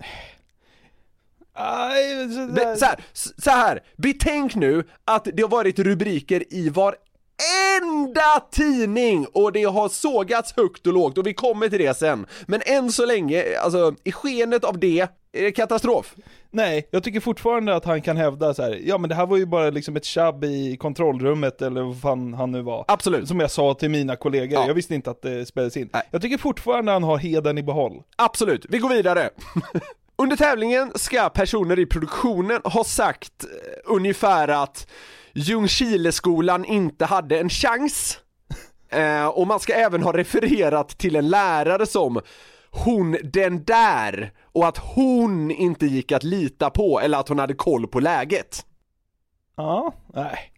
Aj, så, Be- så, här, så här, betänk nu att det har varit rubriker i varenda tidning och det har sågats högt och lågt och vi kommer till det sen. Men än så länge, alltså i skenet av det, är det katastrof. Nej, jag tycker fortfarande att han kan hävda så här: ja men det här var ju bara liksom ett tjabb i kontrollrummet eller vad fan han nu var. Absolut. Som jag sa till mina kollegor, Ja. jag visste inte att det spelades in. Nej. Jag tycker fortfarande han har heden i behåll. Absolut, vi går vidare. Under tävlingen ska personer i produktionen ha sagt eh, ungefär att Ljungskileskolan inte hade en chans. Eh, och man ska även ha refererat till en lärare som hon den där och att hon inte gick att lita på eller att hon hade koll på läget. Ja, nej.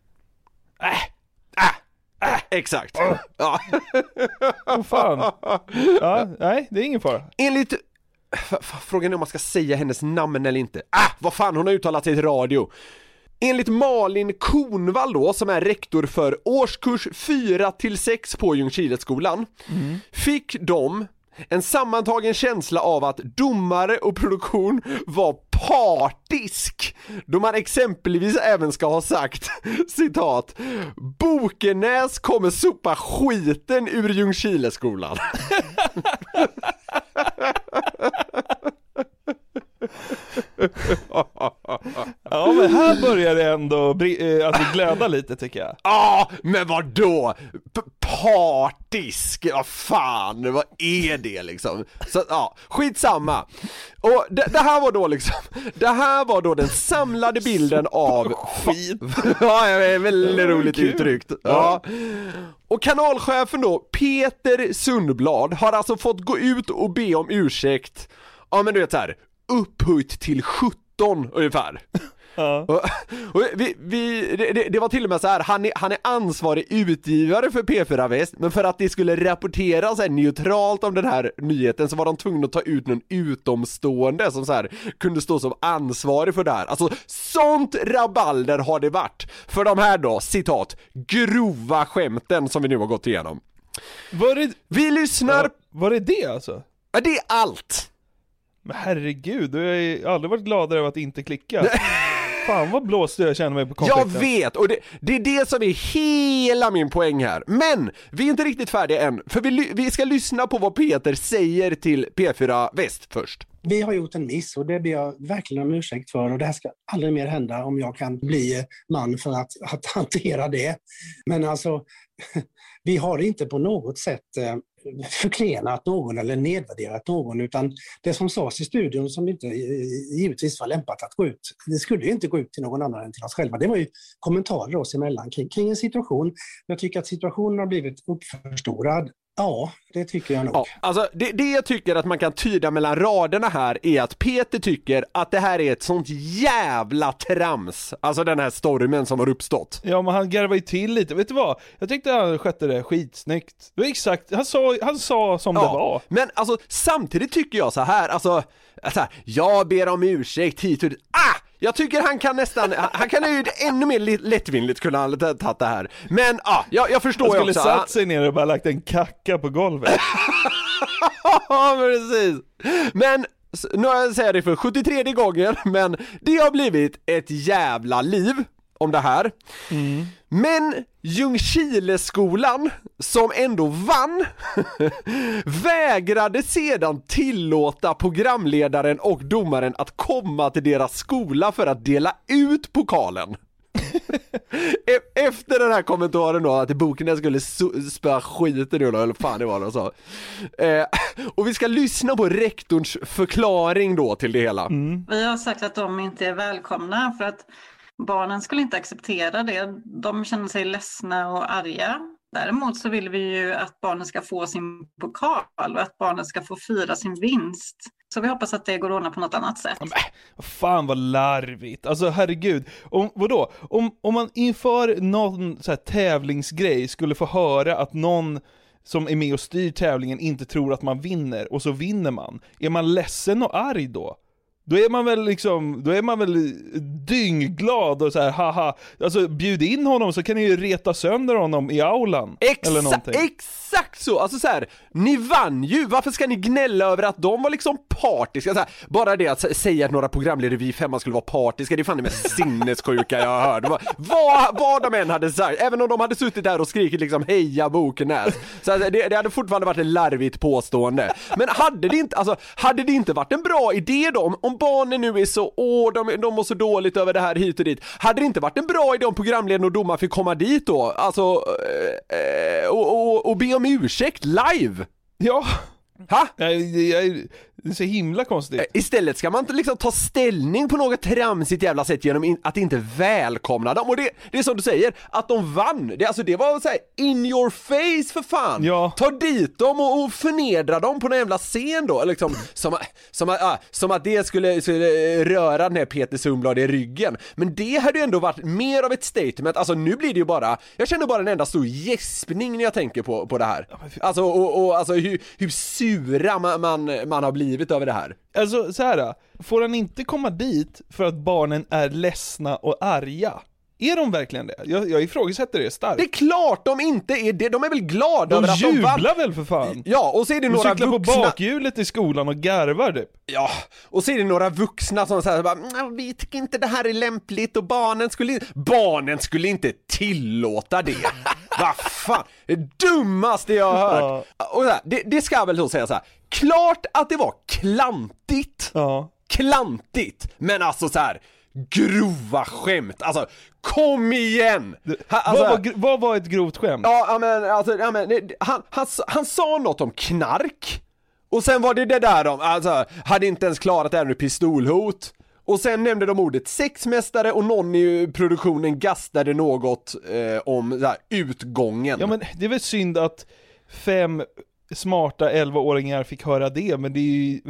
Äh, äh, äh, exakt. Ja. Vad fan. Ja, nej, det är ingen fara. Enligt F- f- frågan är om man ska säga hennes namn eller inte. Ah, vad fan, hon har uttalat sig i radio. Enligt Malin Kornvall då, som är rektor för årskurs fyra till sex på Ljungskileskolan, mm. fick de en sammantagen känsla av att domare och produktion var partisk. Då man exempelvis även ska ha sagt, citat, Bokenäs kommer sopa skiten ur Ljungskileskolan. Ja, men här börjar det ändå bri- alltså glöda lite tycker jag. Ja, ah, men vadå? P- partisk, vad fan, vad är det liksom? Så ja, skitsamma. Och det, det här var då liksom, det här var då den samlade bilden av skit. Ja, det är väldigt roligt Kul. uttryckt. Ja. Och kanalchefen då, Peter Sundblad, har alltså fått gå ut och be om ursäkt. Ja, men du vet så här, upphöjt till sjutton ungefär. Ja. Och, och vi, vi, det, det var till och med så här, han är, han är ansvarig utgivare för P fyra Väst, men för att det skulle rapporteras så här neutralt om den här nyheten så var de tvungna att ta ut någon utomstående som så här kunde stå som ansvarig för det här. Alltså sånt rabalder har det varit för de här då, citat, grova skämten som vi nu har gått igenom. Var det, Vi lyssnar... ja, var det det alltså? Ja, det är allt. Men herregud, du har ju aldrig varit gladare över att inte klicka. Fan vad blåst jag känner mig på konflikten. Jag vet, och det, det är det som är hela min poäng här. Men vi är inte riktigt färdiga än, för vi, vi ska lyssna på vad Peter säger till P fyra Väst först. Vi har gjort en miss och det ber jag verkligen om ursäkt för och det här ska aldrig mer hända om jag kan bli man för att, att hantera det. Men alltså, vi har inte på något sätt förklenat någon eller nedvärderat någon, utan det som sades i studion som inte givetvis var lämpat att gå ut, det skulle ju inte gå ut till någon annan än till oss själva. Det var ju kommentarer oss emellan kring, kring en situation. Jag tycker att situationen har blivit uppförstorad. Ja, det tycker jag nog. Ja, alltså det, det jag tycker att man kan tyda mellan raderna här är att Peter tycker att det här är ett sånt jävla trams. Alltså den här stormen som har uppstått. Ja, men han garvar ju till lite. Vet du vad? Jag tyckte han skötte det skitsnyggt. Det var exakt, han sa, han sa som Ja, det var. men alltså samtidigt tycker jag så här, alltså, alltså jag ber om ursäkt hit och dit. Ah! Jag tycker han kan nästan, han kan ju ännu mer lättvindigt kunna ha tagit det här. Men ja, ah, jag, jag förstår jag ju skulle också. satt sig ner och bara lagt en kacka på golvet. Ja, precis. Men nu har jag sagt det för sjuttiotredje gången, men det har blivit ett jävla liv om det här. Mm. Men Ljungskileskolan, som ändå vann, vägrade sedan tillåta programledaren och domaren att komma till deras skola för att dela ut pokalen. Efter den här kommentaren då, att boken skulle spöa skiten ur, eller fan det var det så. Eh, och vi ska lyssna på rektorns förklaring då till det hela. Mm. Vi har sagt att de inte är välkomna för att barnen skulle inte acceptera det. De känner sig ledsna och arga. Däremot så vill vi ju att barnen ska få sin pokal och att barnen ska få fira sin vinst. Så vi hoppas att det går att ordna på något annat sätt. Men, fan vad larvigt. Alltså herregud. Om, vadå? Om, om man inför någon så här tävlingsgrej skulle få höra att någon som är med och styr tävlingen inte tror att man vinner och så vinner man. Är man ledsen och arg då? Då är man väl liksom, då är man väl dyngglad och så här, haha. Alltså bjud in honom så kan ni ju reta sönder honom i aulan. Exa- eller någonting. Exakt så, alltså så här, ni vann ju, varför ska ni gnälla över att de var liksom partiska? Så här, bara det att säga att några programledare vi femma skulle vara partiska, det är fan det mest sinnessjuka jag har hört. Vad, vad de än hade sagt, även om de hade suttit där och skrikit liksom heja Bokenäs. Så alltså, det, det hade fortfarande varit ett larvigt påstående. Men hade det inte, alltså, hade det inte varit en bra idé då, om, om barnen nu är så, åh, de, de mår så dåligt över det här hit och dit. Hade det inte varit en bra idé om programledaren och domaren fick komma dit då? Alltså, eh, och, och, och be om ursäkt live? Ja. Ha? Jag, jag, det är så himla konstigt. Istället ska man inte liksom ta ställning på något tramsigt jävla sätt genom in, att inte välkomna dem. Och det, det är som du säger, att de vann. Det, alltså det var så här, in your face för fan. Ja. Ta dit dem och, och förnedra dem på en jävla scen då. Liksom, som, som, äh, som att det skulle, skulle röra den här Peter Sundblad i ryggen. Men det hade ju ändå varit mer av ett statement. Alltså nu blir det ju bara, jag känner bara en enda stor gäspning när jag tänker på, på det här. Alltså, och, och, alltså hur, hur sura man, man, man har blivit över det här. Alltså så här, får han inte komma dit för att barnen är ledsna och arga? Är de verkligen det? Jag, jag ifrågasätter det starkt. Det är klart de inte är det. De är väl glada de över att de vann. De jublar väl för fan. Ja, och så är det de några cyklar vuxna på bakhjulet i skolan och garvar typ. Ja, och så är det några vuxna som säger bara, vi tycker inte det här är lämpligt och barnen skulle barnen skulle inte tillåta det. Vad fan, det dummaste jag har hört. Ja. Och så här, det, det ska väl så säga så här. Klart att det var klantigt. Ja. Klantigt, men alltså så här grova skämt. Alltså kom igen. Alltså, vad, var, vad var ett grovt skämt? Ja, men alltså ja, men, han, han, han sa något om knark. Och sen var det det där om, alltså, hade inte ens klarat det här med pistolhot. Och sen nämnde de ordet sexmästare och någon i produktionen gastade något eh, om så här, utgången. Ja, men det är väl synd att fem smarta elvaåringar fick höra det, men det är ju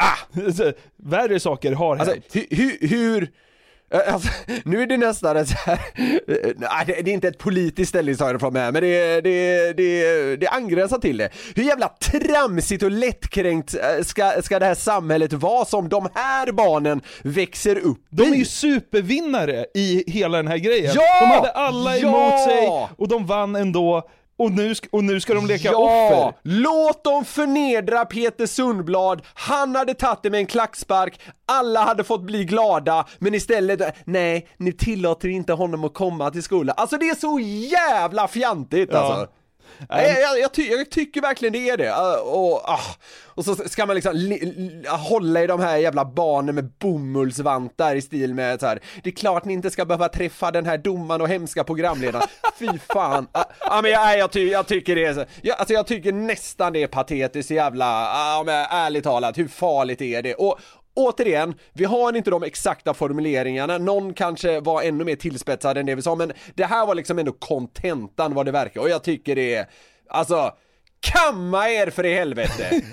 ah! värre saker har hänt. Alltså, hur... hur, hur Alltså, nu är det nästan så här, nej, det är inte ett politiskt ställningstagande från mig, men det, det, det, det angränsar till det. Hur jävla tramsigt och lättkränkt ska, ska det här samhället vara som de här barnen växer upp De är i? ju supervinnare i hela den här grejen. Ja! De hade alla emot Ja! sig och de vann ändå. Och nu, ska, och nu ska de leka ja, offer. Låt dem förnedra Peter Sundblad. Han hade tagit det med en klackspark. Alla hade fått bli glada. Men istället, nej, nu tillåter vi inte honom att komma till skolan. Alltså det är så jävla fjantigt. Ja. Alltså jag, jag, jag, ty- jag tycker verkligen det är det. Och, och, och så ska man liksom li- li- hålla i de här jävla barnen med bomullsvantar i stil med så här. Det är klart ni inte ska behöva träffa den här domaren och hemska programledaren. Fy fan. Ja, men jag, jag, ty- jag tycker det är så. Jag, alltså jag tycker nästan det är patetiskt jävla. Ja, men ärligt talat, hur farligt är det? Och återigen, vi har inte de exakta formuleringarna. Någon kanske var ännu mer tillspetsad än det vi sa, men det här var liksom ändå kontentan vad det verkar. Och jag tycker det är, alltså, kamma er för i helvete.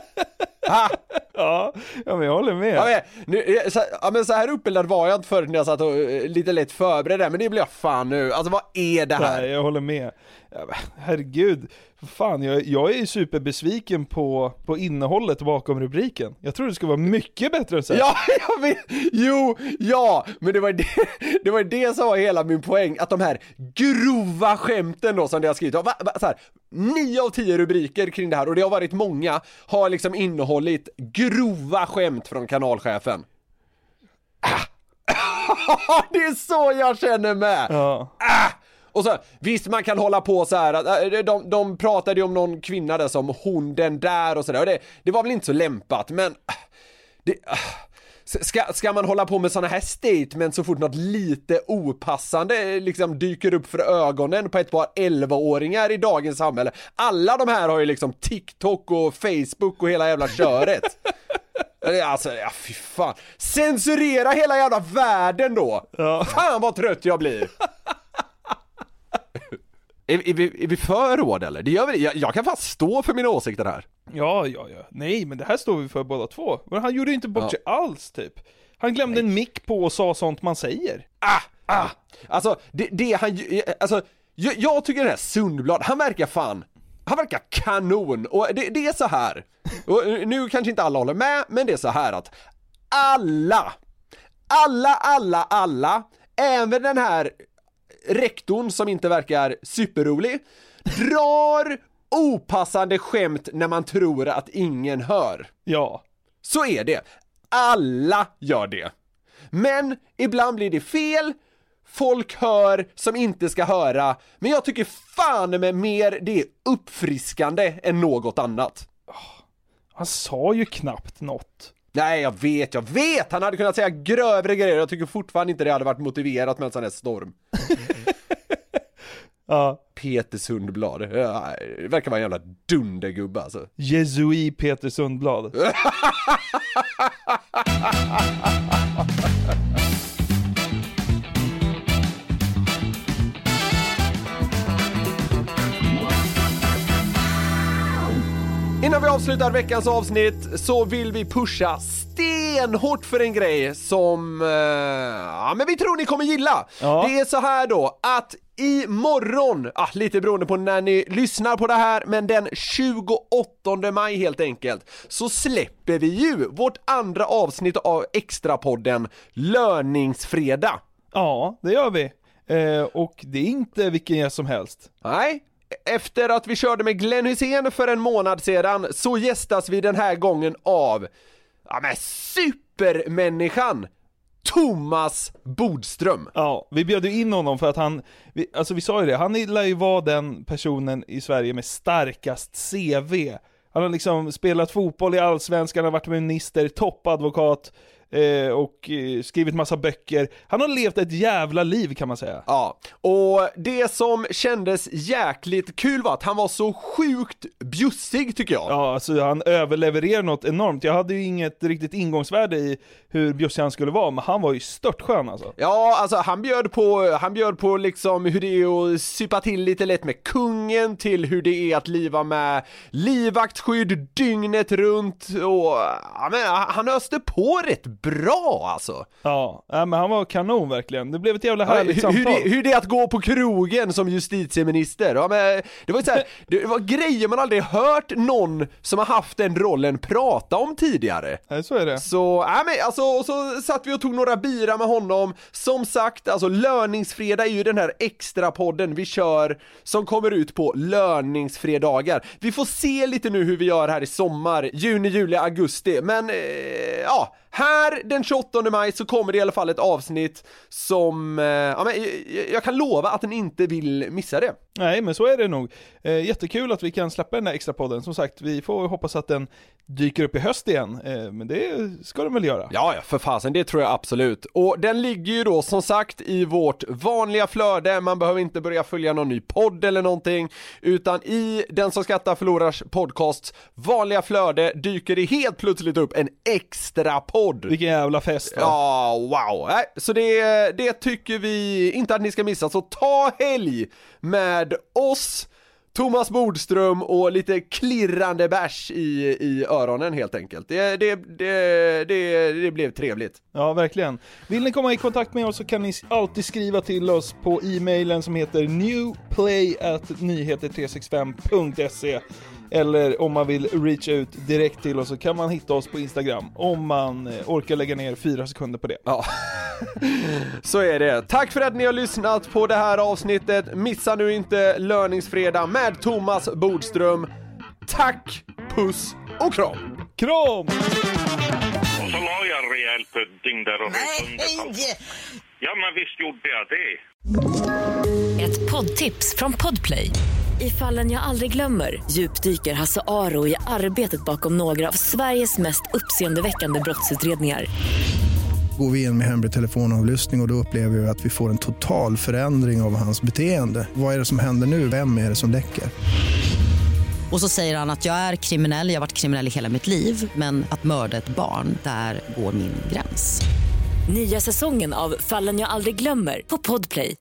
Ha? Ja, ja, men jag håller med. Ja, men, nu, så, ja, men så här uppbildad var jag inte förut när jag satt och lite lätt förberedd där, men det blir jag fan nu. Alltså vad är det här? Nej, jag håller med. Herregud, fan, jag, jag är ju superbesviken på, på innehållet bakom rubriken. Jag tror det skulle vara mycket bättre än så här. Ja, jag vet. Jo, ja, men det var det, det var det som var hela min poäng, att de här grova skämten då som det har skrivit, va, va, så här, nio av tio rubriker kring det här, och det har varit många, har liksom innehållit grova skämt från kanalchefen. Ah. Det är så jag känner med. Ja. Ah. Och så, visst man kan hålla på så här att de, de pratade ju om någon kvinna där som hon den där och sådär, och det, det var väl inte så lämpat, men det, ska, ska man hålla på med såna här statements så fort något lite opassande liksom dyker upp för ögonen på ett par elvaåringar i dagens samhälle? Alla de här har ju liksom TikTok och Facebook och hela jävla köret. Alltså, ja, fy fan. Censurera hela jävla världen då. Ja. Fan vad trött jag blir. Är, är, vi, är vi för råd eller? Det gör vi, jag, jag kan fast stå för mina åsikter här. Ja, ja, ja. Nej, men det här står vi för båda två. Men han gjorde ju inte bort ja. sig alls typ. Han glömde Nej. en mick på och sa sånt man säger. Ah, ah. Alltså, det, det han, alltså, jag, jag tycker den här Sundblad, han verkar fan, han verkar kanon. Och det, det är så här. Och nu kanske inte alla håller med, men det är så här att alla, alla, alla, alla, även den här rektorn som inte verkar superrolig, drar opassande skämt när man tror att ingen hör. Ja. Så är det. Alla gör det. Men ibland blir det fel. Folk hör som inte ska höra. Men jag tycker fan med mer det är uppfriskande än något annat. Han sa ju knappt något. Nej, jag vet, jag vet. Han hade kunnat säga grövre grejer. Jag tycker fortfarande inte det hade varit motiverat med en sån här storm. Ja. Peter Sundblad. Ja, det verkar vara en jävla dundergubbe alltså. Jesui Peter Sundblad. Innan vi avslutar veckans avsnitt så vill vi pusha stenhårt för en grej som eh, ja, men vi tror ni kommer gilla. Ja. Det är så här då att imorgon, ah, lite beroende på när ni lyssnar på det här, men den tjugoåttonde maj helt enkelt, så släpper vi ju vårt andra avsnitt av Extrapodden Löningsfredag. Ja, det gör vi. Eh, och det är inte vilken gäst som helst. Nej. Efter att vi körde med Glenn Hysén för en månad sedan så gästas vi den här gången av ja, men supermänniskan Thomas Bodström. Ja, vi bjöd in honom för att han, vi, alltså vi sa ju det, han lär ju vara den personen i Sverige med starkast C V. Han har liksom spelat fotboll i Allsvenskan, har varit minister, toppadvokat eh, och eh, skrivit massa böcker. Han har levt ett jävla liv kan man säga. Ja, och det som kändes jäkligt kul var att han var så sjukt bjussig tycker jag. Ja, alltså han överlevererar något enormt. Jag hade ju inget riktigt ingångsvärde i hur bjussig han skulle vara, men han var ju störtskön alltså. Ja, alltså han bjöd på, han bjöd på liksom hur det är att sypa till lite lätt med kungen, till hur det är att liva med livvaktsskydd dygnet runt och ja, men han öste på rätt bra alltså. Ja, men han var kanon verkligen. Det blev ett jävla härligt ja, hur, samtal. Hur det, hur det är att gå på krogen som justitieminister. Ja, men det var ju så här, det var grejer man aldrig hört någon som har haft den rollen prata om tidigare. Ja, så är det. Så, ja, men alltså, och så satt vi och tog några bira med honom. Som sagt, alltså löningsfredag är ju den här extra podden vi kör som kommer ut på löningsfredagar. Vi får se lite nu hur vi gör här i sommar, juni, juli, augusti. Men eh, ja, här den tjugoåttonde maj så kommer det i alla fall ett avsnitt som, eh, ja, men, jag, jag kan lova att ni inte vill missa det. Nej, men så är det nog. Eh, jättekul att vi kan släppa den här extra podden. Som sagt, vi får hoppas att den dyker upp i höst igen. Eh, men det ska den väl göra. Ja, ja, för fasen, det tror jag absolut. Och den ligger ju då som sagt i vårt vanliga flöde. Man behöver inte börja följa någon ny podd eller någonting. Utan i Den som skrattar förlorars podcast vanliga flöde dyker det helt plötsligt upp en extra podd. Vilken jävla fest va? Ja, wow. Nej, så det, det tycker vi inte att ni ska missa. Så ta helg med oss, Thomas Bodström och lite klirrande bärs i, i öronen helt enkelt. Det, det, det, det, det blev trevligt. Ja, verkligen. Vill ni komma i kontakt med oss så kan ni alltid skriva till oss på e-mailen som heter newplay at nyheter tre sex fem punkt se. Eller om man vill reach ut direkt till oss så kan man hitta oss på Instagram om man orkar lägga ner fyra sekunder på det. Ja, så är det. Tack för att ni har lyssnat på det här avsnittet. Missa nu inte löningsfredag med Thomas Bodström. Tack, puss och kram. Kram! Och så la jag en rejäl pudding där och Nej! Ja, men visst gjorde jag det. Ett poddtips från Podplay. I Fallen jag aldrig glömmer djupdyker Hasse Aro i arbetet bakom några av Sveriges mest uppseendeväckande brottsutredningar. Går vi in med hemlig telefonavlyssning och, och då upplever vi att vi får en total förändring av hans beteende. Vad är det som händer nu? Vem är det som läcker? Och så säger han att jag är kriminell, jag har varit kriminell i hela mitt liv. Men att mörda ett barn, där går min gräns. Nya säsongen av Fallen jag aldrig glömmer på Podplay.